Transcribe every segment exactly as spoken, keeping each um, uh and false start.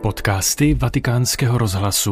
Podcasty Vatikánského rozhlasu.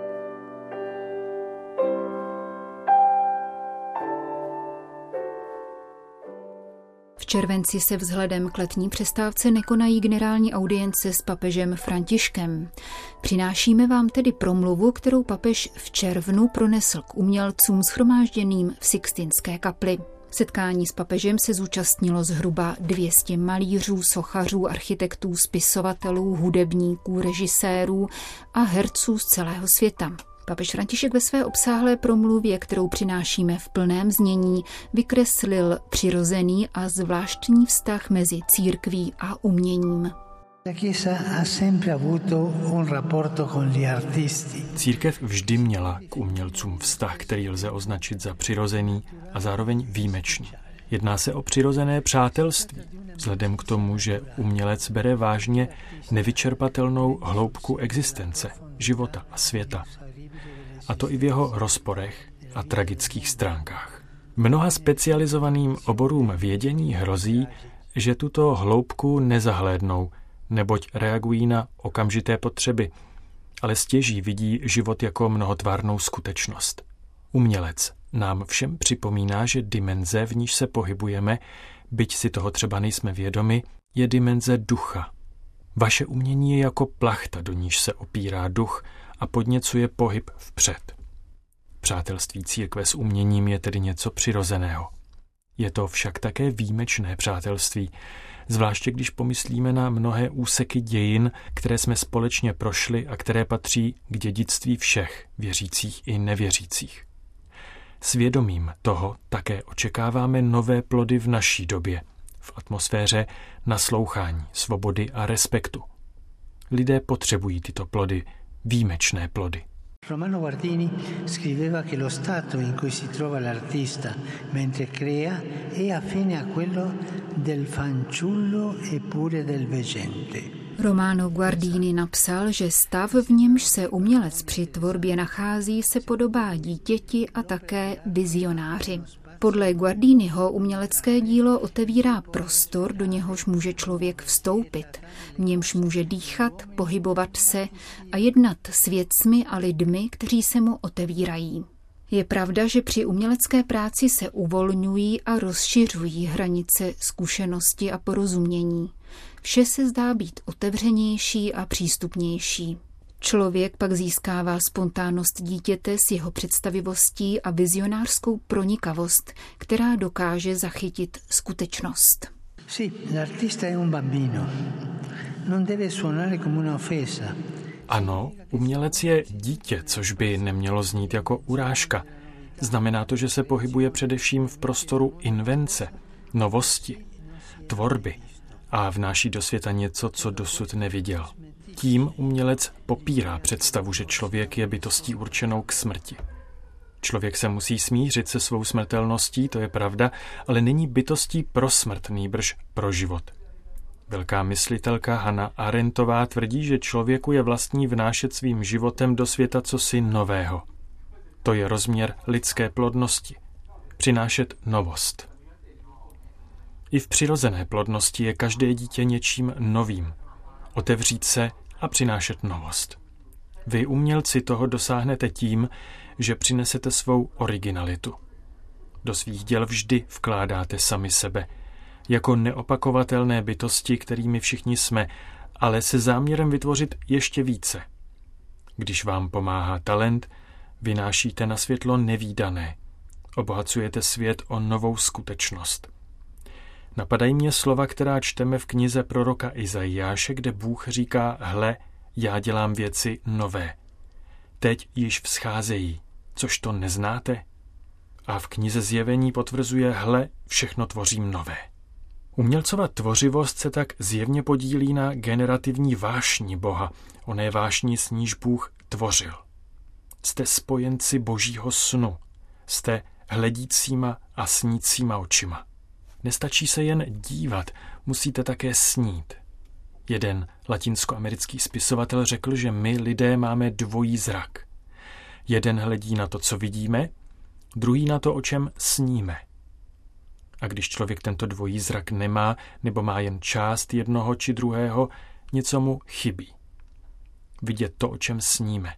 V červenci se vzhledem k letní přestávce nekonají generální audience s papežem Františkem. Přinášíme vám tedy promluvu, kterou papež v červnu pronesl k umělcům shromážděným v Sixtinské kapli. Setkání s papežem se zúčastnilo zhruba dvě stě malířů, sochařů, architektů, spisovatelů, hudebníků, režisérů a herců z celého světa. Papež František ve své obsáhlé promluvě, kterou přinášíme v plném znění, vykreslil přirozený a zvláštní vztah mezi církví a uměním. Církev vždy měla k umělcům vztah, který lze označit za přirozený a zároveň výjimečný. Jedná se o přirozené přátelství, vzhledem k tomu, že umělec bere vážně nevyčerpatelnou hloubku existence, života a světa. A to i v jeho rozporech a tragických stránkách. Mnoha specializovaným oborům vědění hrozí, že tuto hloubku nezahlédnou, neboť reagují na okamžité potřeby, ale stěží vidí život jako mnohotvárnou skutečnost. Umělec nám všem připomíná, že dimenze, v níž se pohybujeme, byť si toho třeba nejsme vědomi, je dimenze ducha. Vaše umění je jako plachta, do níž se opírá duch a podněcuje pohyb vpřed. Přátelství církve s uměním je tedy něco přirozeného. Je to však také výjimečné přátelství, zvláště když pomyslíme na mnohé úseky dějin, které jsme společně prošli a které patří k dědictví všech, věřících i nevěřících. Svědomím toho také očekáváme nové plody v naší době, v atmosféře naslouchání, svobody a respektu. Lidé potřebují tyto plody, výjimečné plody. Romano Guardini scriveva che lo stato in cui si trova l'artista mentre crea è affine a quello del fanciullo e pure del veggente. Romano Guardini napsal, že stav, v němž se umělec při tvorbě nachází, se podobá dítěti a také vizionáři. Podle Guardiniho umělecké dílo otevírá prostor, do něhož může člověk vstoupit, v němž může dýchat, pohybovat se a jednat s věcmi a lidmi, kteří se mu otevírají. Je pravda, že při umělecké práci se uvolňují a rozšiřují hranice zkušenosti a porozumění. Vše se zdá být otevřenější a přístupnější. Člověk pak získává spontánnost dítěte s jeho představivostí a vizionářskou pronikavost, která dokáže zachytit skutečnost. Sì, l'artista è un bambino. Non deve suonare come una offesa. Ano, umělec je dítě, což by nemělo znít jako urážka. Znamená to, že se pohybuje především v prostoru invence, novosti, tvorby a vnáší do světa něco, co dosud neviděl. Tím umělec popírá představu, že člověk je bytostí určenou k smrti. Člověk se musí smířit se svou smrtelností, to je pravda, ale není bytostí pro smrt, nýbrž pro život. Velká myslitelka Hannah Arendtová tvrdí, že člověku je vlastní vnášet svým životem do světa cosi nového. To je rozměr lidské plodnosti. Přinášet novost. I v přirozené plodnosti je každé dítě něčím novým. Otevřít se a přinášet novost. Vy, umělci, toho dosáhnete tím, že přinesete svou originalitu. Do svých děl vždy vkládáte sami sebe, jako neopakovatelné bytosti, kterými všichni jsme, ale se záměrem vytvořit ještě více. Když vám pomáhá talent, vynášíte na světlo nevídané. Obohacujete svět o novou skutečnost. Napadají mě slova, která čteme v knize proroka Izajáše, kde Bůh říká: hle, já dělám věci nové. Teď již vzcházejí, což to neznáte? A v knize Zjevení potvrzuje: hle, všechno tvořím nové. Umělcova tvořivost se tak zjevně podílí na generativní vášni Boha, oné vášni, s níž Bůh tvořil. Jste spojenci božího snu, jste hledícíma a snícíma očima. Nestačí se jen dívat, musíte také snít. Jeden latinskoamerický spisovatel řekl, že my lidé máme dvojí zrak. Jeden hledí na to, co vidíme, druhý na to, o čem sníme. A když člověk tento dvojí zrak nemá, nebo má jen část jednoho či druhého, něco mu chybí. vidět to, o čem sníme.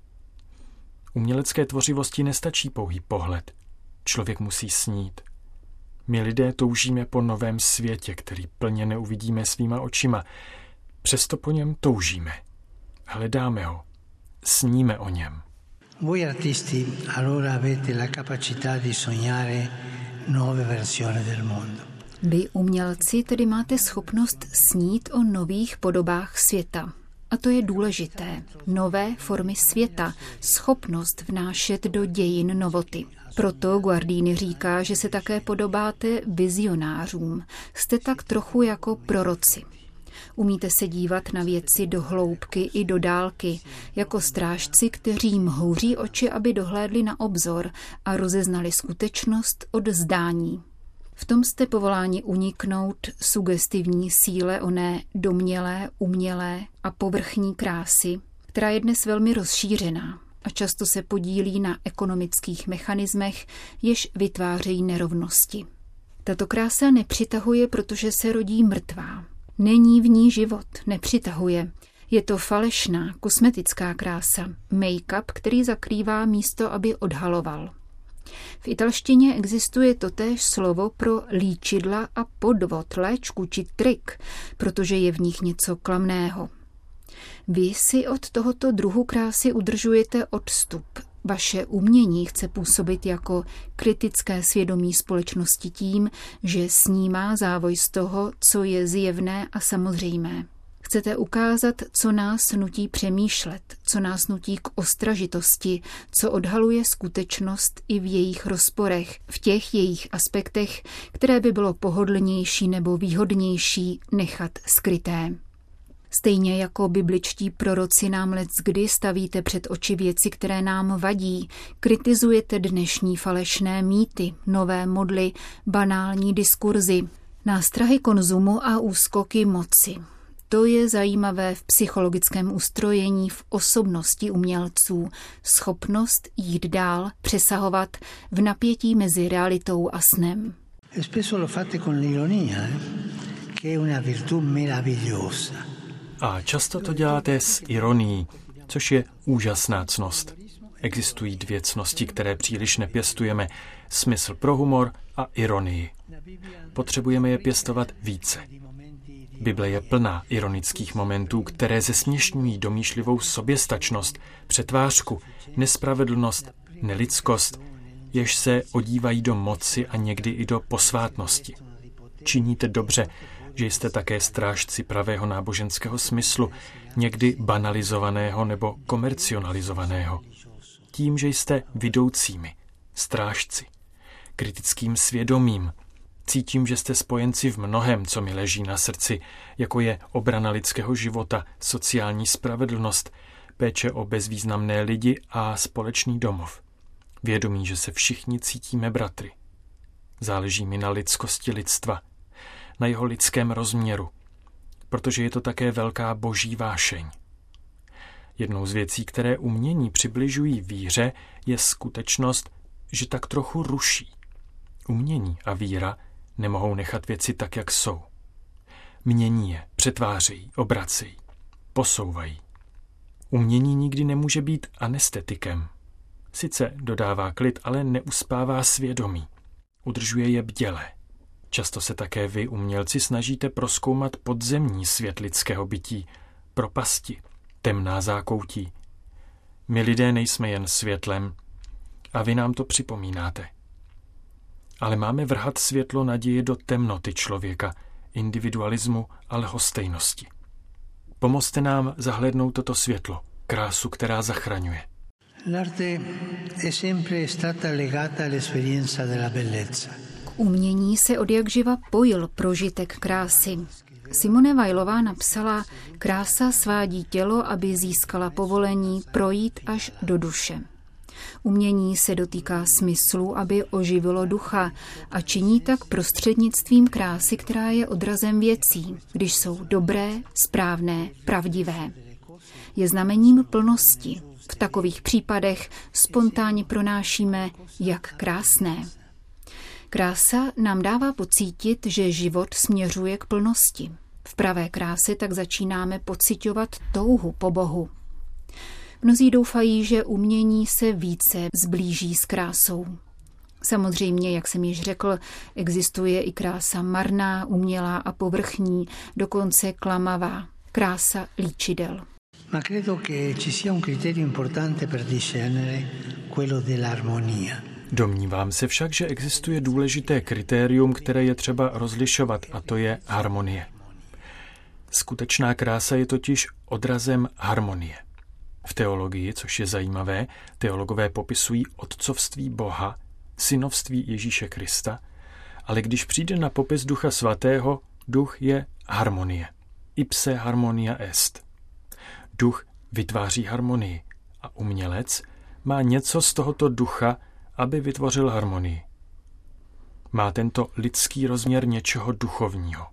Umělecké tvořivosti nestačí pouhý pohled. Člověk musí snít. My lidé toužíme po novém světě, který plně neuvidíme svýma očima. Přesto po něm toužíme. Hledáme ho. Sníme o něm. Voi artisti allora avete la capacità di sognare nuove versioni del mondo. Vy umělci tedy máte schopnost snít o nových podobách světa. A to je důležité. Nové formy světa, schopnost vnášet do dějin novoty. Proto Guardini říká, že se také podobáte vizionářům. Jste tak trochu jako proroci. Umíte se dívat na věci do hloubky i do dálky, jako strážci, kteří mhouří oči, aby dohlédli na obzor a rozeznali skutečnost od zdání. V tom jste povoláni uniknout sugestivní síle oné domnělé, umělé a povrchní krásy, která je dnes velmi rozšířená a často se podílí na ekonomických mechanismech, jež vytvářejí nerovnosti. Tato krása nepřitahuje, protože se rodí mrtvá. Není v ní život, nepřitahuje. Je to falešná, kosmetická krása, make-up, který zakrývá místo, aby odhaloval. V italštině existuje totéž slovo pro líčidla a podvod, léčku či trik, protože je v nich něco klamného. Vy si od tohoto druhu krásy udržujete odstup. Vaše umění chce působit jako kritické svědomí společnosti tím, že snímá závoj z toho, co je zjevné a samozřejmé. Chcete ukázat, co nás nutí přemýšlet, co nás nutí k ostražitosti, co odhaluje skutečnost i v jejich rozporech, v těch jejich aspektech, které by bylo pohodlnější nebo výhodnější nechat skryté. Stejně jako bibličtí proroci nám leckdy stavíte před oči věci, které nám vadí, kritizujete dnešní falešné mýty, nové modly, banální diskurzy, nástrahy konzumu a úskoky moci. To je zajímavé v psychologickém ustrojení, v osobnosti umělců, schopnost jít dál, přesahovat v napětí mezi realitou a snem. Spesso lo fate con l'ironia, che è una virtù meravigliosa. A často to děláte s ironií, což je úžasná ctnost. Existují dvě ctnosti, které příliš nepěstujeme. Smysl pro humor a ironii. Potřebujeme je pěstovat více. Bible je plná ironických momentů, které zesměšňují domýšlivou soběstačnost, přetvářku, nespravedlnost, nelidskost, jež se odívají do moci a někdy i do posvátnosti. Činíte dobře, že jste také strážci pravého náboženského smyslu, někdy banalizovaného nebo komercionalizovaného. Tím, že jste vidoucími, strážci, kritickým svědomím, cítím, že jste spojenci v mnohem, co mi leží na srdci, jako je obrana lidského života, sociální spravedlnost, péče o bezvýznamné lidi a společný domov. Vědomí, že se všichni cítíme bratry. Záleží mi na lidskosti lidstva, na jeho lidském rozměru, protože je to také velká boží vášeň. Jednou z věcí, které umění přibližují víře, je skutečnost, že tak trochu ruší. Umění a víra nemohou nechat věci tak, jak jsou. Mění je, přetvářejí, obracejí, posouvají. Umění nikdy nemůže být anestetikem. Sice dodává klid, ale neuspává svědomí. Udržuje je bdělé. Často se také vy, umělci, snažíte prozkoumat podzemní svět lidského bytí, propasti, temná zákoutí. My lidé nejsme jen světlem a vy nám to připomínáte. Ale máme vrhat světlo naděje do temnoty člověka, individualismu a lhostejnosti. Pomozte nám zahlédnout toto světlo, krásu, která zachraňuje. L'arte è sempre stata legata all'esperienza della bellezza. K umění se odjakživa pojil prožitek krásy. Simone Weilová napsala: krása svádí tělo, aby získala povolení projít až do duše. Umění se dotýká smyslu, aby oživilo ducha a činí tak prostřednictvím krásy, která je odrazem věcí, když jsou dobré, správné, pravdivé. Je znamením plnosti. V takových případech spontánně pronášíme, jak krásné. Krása nám dává pocítit, že život směřuje k plnosti. V pravé kráse tak začínáme pociťovat touhu po Bohu. Mnozí doufají, že umění se více zblíží s krásou. Samozřejmě, jak jsem již řekl, existuje i krása marná, umělá a povrchní, dokonce klamavá, krása líčidel. Ma credo che ci sia un criterio importante per discernere quello dell'armonia. Domnívám se však, že existuje důležité kritérium, které je třeba rozlišovat, a to je harmonie. Skutečná krása je totiž odrazem harmonie. V teologii, což je zajímavé, teologové popisují otcovství Boha, synovství Ježíše Krista, ale když přijde na popis Ducha Svatého, duch je harmonie. Ipse harmonia est. Duch vytváří harmonii a umělec má něco z tohoto ducha, aby vytvořil harmonii. Má tento lidský rozměr něčeho duchovního.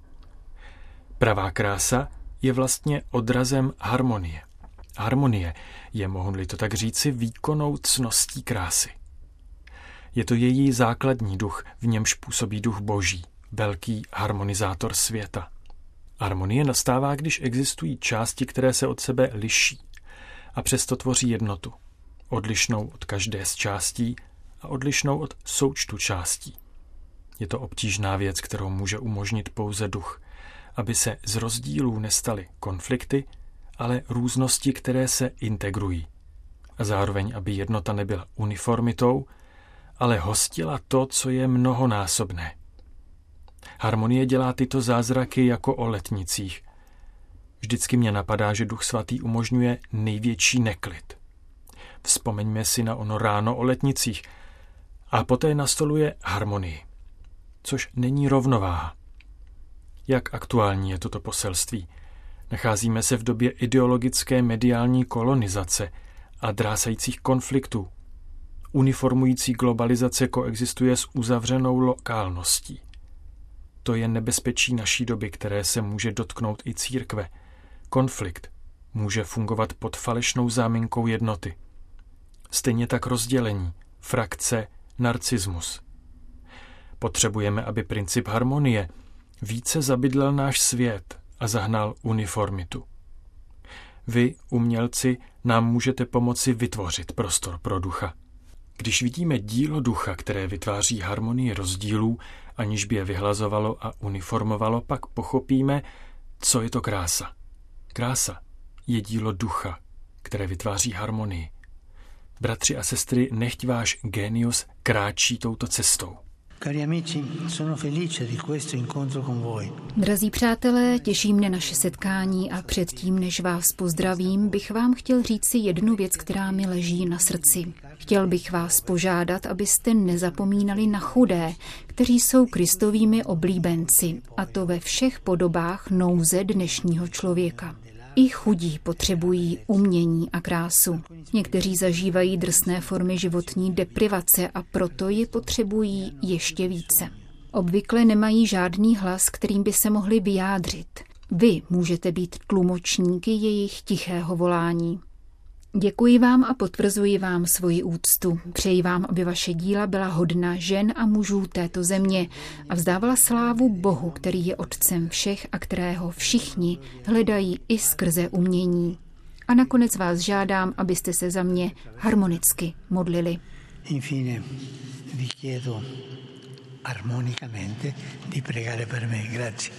Pravá krása je vlastně odrazem harmonie. Harmonie je, mohu-li to tak říci, výkonnou ctností krásy. Je to její základní duch, v němž působí duch Boží, velký harmonizátor světa. Harmonie nastává, když existují části, které se od sebe liší a přesto tvoří jednotu, odlišnou od každé z částí a odlišnou od součtu částí. Je to obtížná věc, kterou může umožnit pouze duch, aby se z rozdílů nestaly konflikty, ale různosti, které se integrují. A zároveň, aby jednota nebyla uniformitou, ale hostila to, co je mnohonásobné. Harmonie dělá tyto zázraky jako o letnicích. Vždycky mě napadá, že Duch Svatý umožňuje největší neklid. Vzpomeňme si na ono ráno o letnicích a poté nastoluje harmonii, což není rovnováha. Jak aktuální je toto poselství? Nacházíme se v době ideologické mediální kolonizace a drásajících konfliktů. Uniformující globalizace koexistuje s uzavřenou lokálností. To je nebezpečí naší doby, které se může dotknout i církve. Konflikt může fungovat pod falešnou záminkou jednoty. Stejně tak rozdělení, frakce, narcismus. Potřebujeme, aby princip harmonie více zabydlel náš svět a zahnal uniformitu. Vy, umělci, nám můžete pomoci vytvořit prostor pro ducha. Když vidíme dílo ducha, které vytváří harmonii rozdílů, aniž by je vyhlazovalo a uniformovalo, pak pochopíme, co je to krása. Krása je dílo ducha, které vytváří harmonii. Bratři a sestry, nechť váš génius kráčí touto cestou. Drazí přátelé, těší mne naše setkání a předtím, než vás pozdravím, bych vám chtěl říci jednu věc, která mi leží na srdci. Chtěl bych vás požádat, abyste nezapomínali na chudé, kteří jsou Kristovými oblíbenci, a to ve všech podobách nouze dnešního člověka. I chudí potřebují umění a krásu. Někteří zažívají drsné formy životní deprivace a proto je potřebují ještě více. Obvykle nemají žádný hlas, kterým by se mohli vyjádřit. Vy můžete být tlumočníky jejich tichého volání. Děkuji vám a potvrzuji vám svoji úctu. Přeji vám, aby vaše díla byla hodna žen a mužů této země a vzdávala slávu Bohu, který je otcem všech a kterého všichni hledají i skrze umění. A nakonec vás žádám, abyste se za mě harmonicky modlili. Infine, vi chiedo armonicamente di pregare per me. Grazie.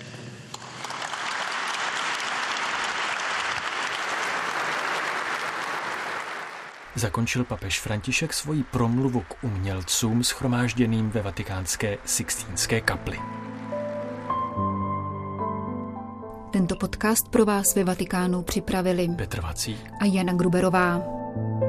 Zakončil papež František svoji promluvu k umělcům shromážděným ve vatikánské Sixtínské kapli. Tento podcast pro vás ve Vatikánu připravili Petr Vacík a Jana Gruberová.